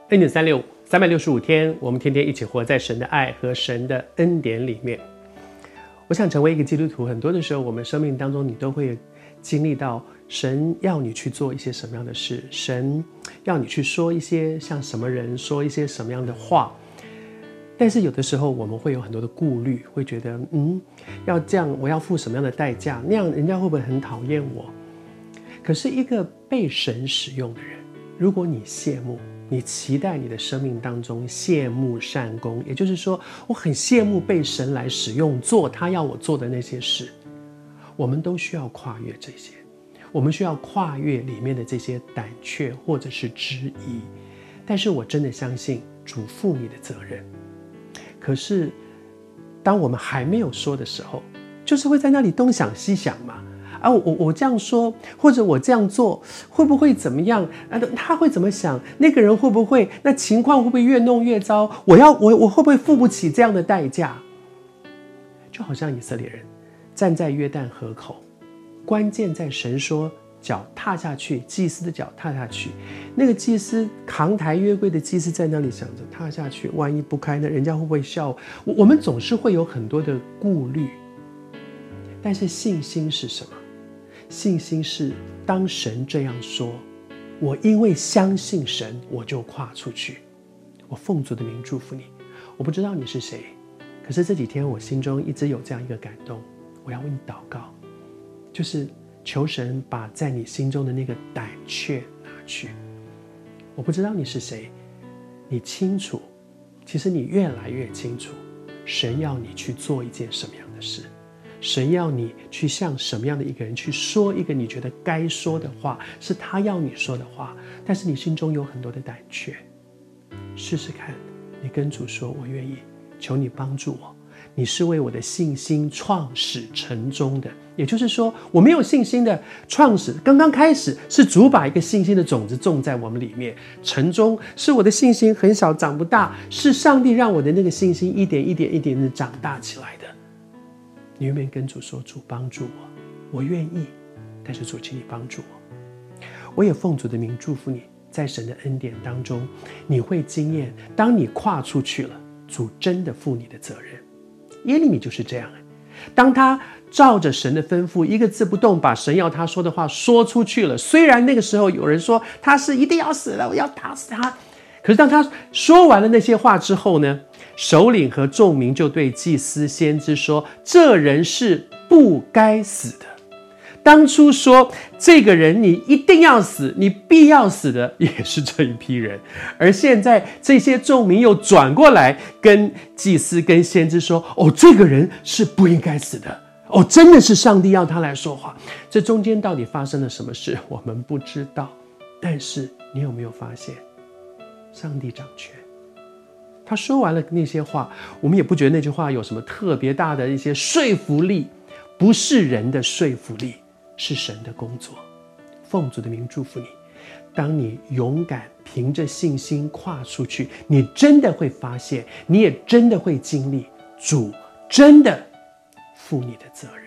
恩典365 365天，我们天天一起活在神的爱和神的恩典里面。我想成为一个基督徒，很多的时候我们生命当中你都会经历到神要你去做一些什么样的事，神要你去说一些像什么人，说一些什么样的话。但是有的时候我们会有很多的顾虑，会觉得要这样我要付什么样的代价，那样人家会不会很讨厌我。可是一个被神使用的人，如果你羡慕，你期待你的生命当中羡慕善功，也就是说我很羡慕被神来使用，做他要我做的那些事。我们都需要跨越这些，我们需要跨越里面的这些胆怯或者是质疑。但是我真的相信主负你的责任。可是当我们还没有说的时候，就是会在那里东想西想嘛。我这样说，或者我这样做，会不会怎么样？他会怎么想？那个人会不会？那情况会不会越弄越糟？我会不会付不起这样的代价？就好像以色列人站在约旦河口，关键在神说脚踏下去，祭司的脚踏下去。那个祭司扛抬约柜的祭司在那里想着踏下去，万一不开，那人家会不会笑我们总是会有很多的顾虑。但是信心是什么？信心是当神这样说，我因为相信神，我就跨出去。我奉主的名祝福你。我不知道你是谁，可是这几天我心中一直有这样一个感动，我要为你祷告，就是求神把在你心中的那个胆怯拿去。我不知道你是谁，你清楚，其实你越来越清楚，神要你去做一件什么样的事，神要你去向什么样的一个人去说一个你觉得该说的话，是他要你说的话，但是你心中有很多的胆怯。试试看，你跟主说，我愿意，求你帮助我，你是为我的信心创始成终的。也就是说，我没有信心的创始，刚刚开始是主把一个信心的种子种在我们里面，成终是我的信心很小长不大，是上帝让我的那个信心一点一点一点的长大起来的。你愿不愿意跟主说，主帮助我，我愿意，但是主请你帮助我。我也奉主的名祝福你，在神的恩典当中，你会经验，当你跨出去了，主真的负你的责任。耶利米就是这样，当他照着神的吩咐，一个字不动，把神要他说的话说出去了。虽然那个时候有人说他是一定要死了，我要打死他，可是当他说完了那些话之后呢，首领和众民就对祭司先知说，这人是不该死的。当初说这个人你一定要死，你必要死的也是这一批人，而现在这些众民又转过来跟祭司跟先知说，这个人是不应该死的，真的是上帝要他来说话。这中间到底发生了什么事，我们不知道。但是你有没有发现，上帝掌权，他说完了那些话，我们也不觉得那句话有什么特别大的一些说服力，不是人的说服力，是神的工作。奉主的名祝福你，当你勇敢凭着信心跨出去，你真的会发现，你也真的会经历主真的负你的责任。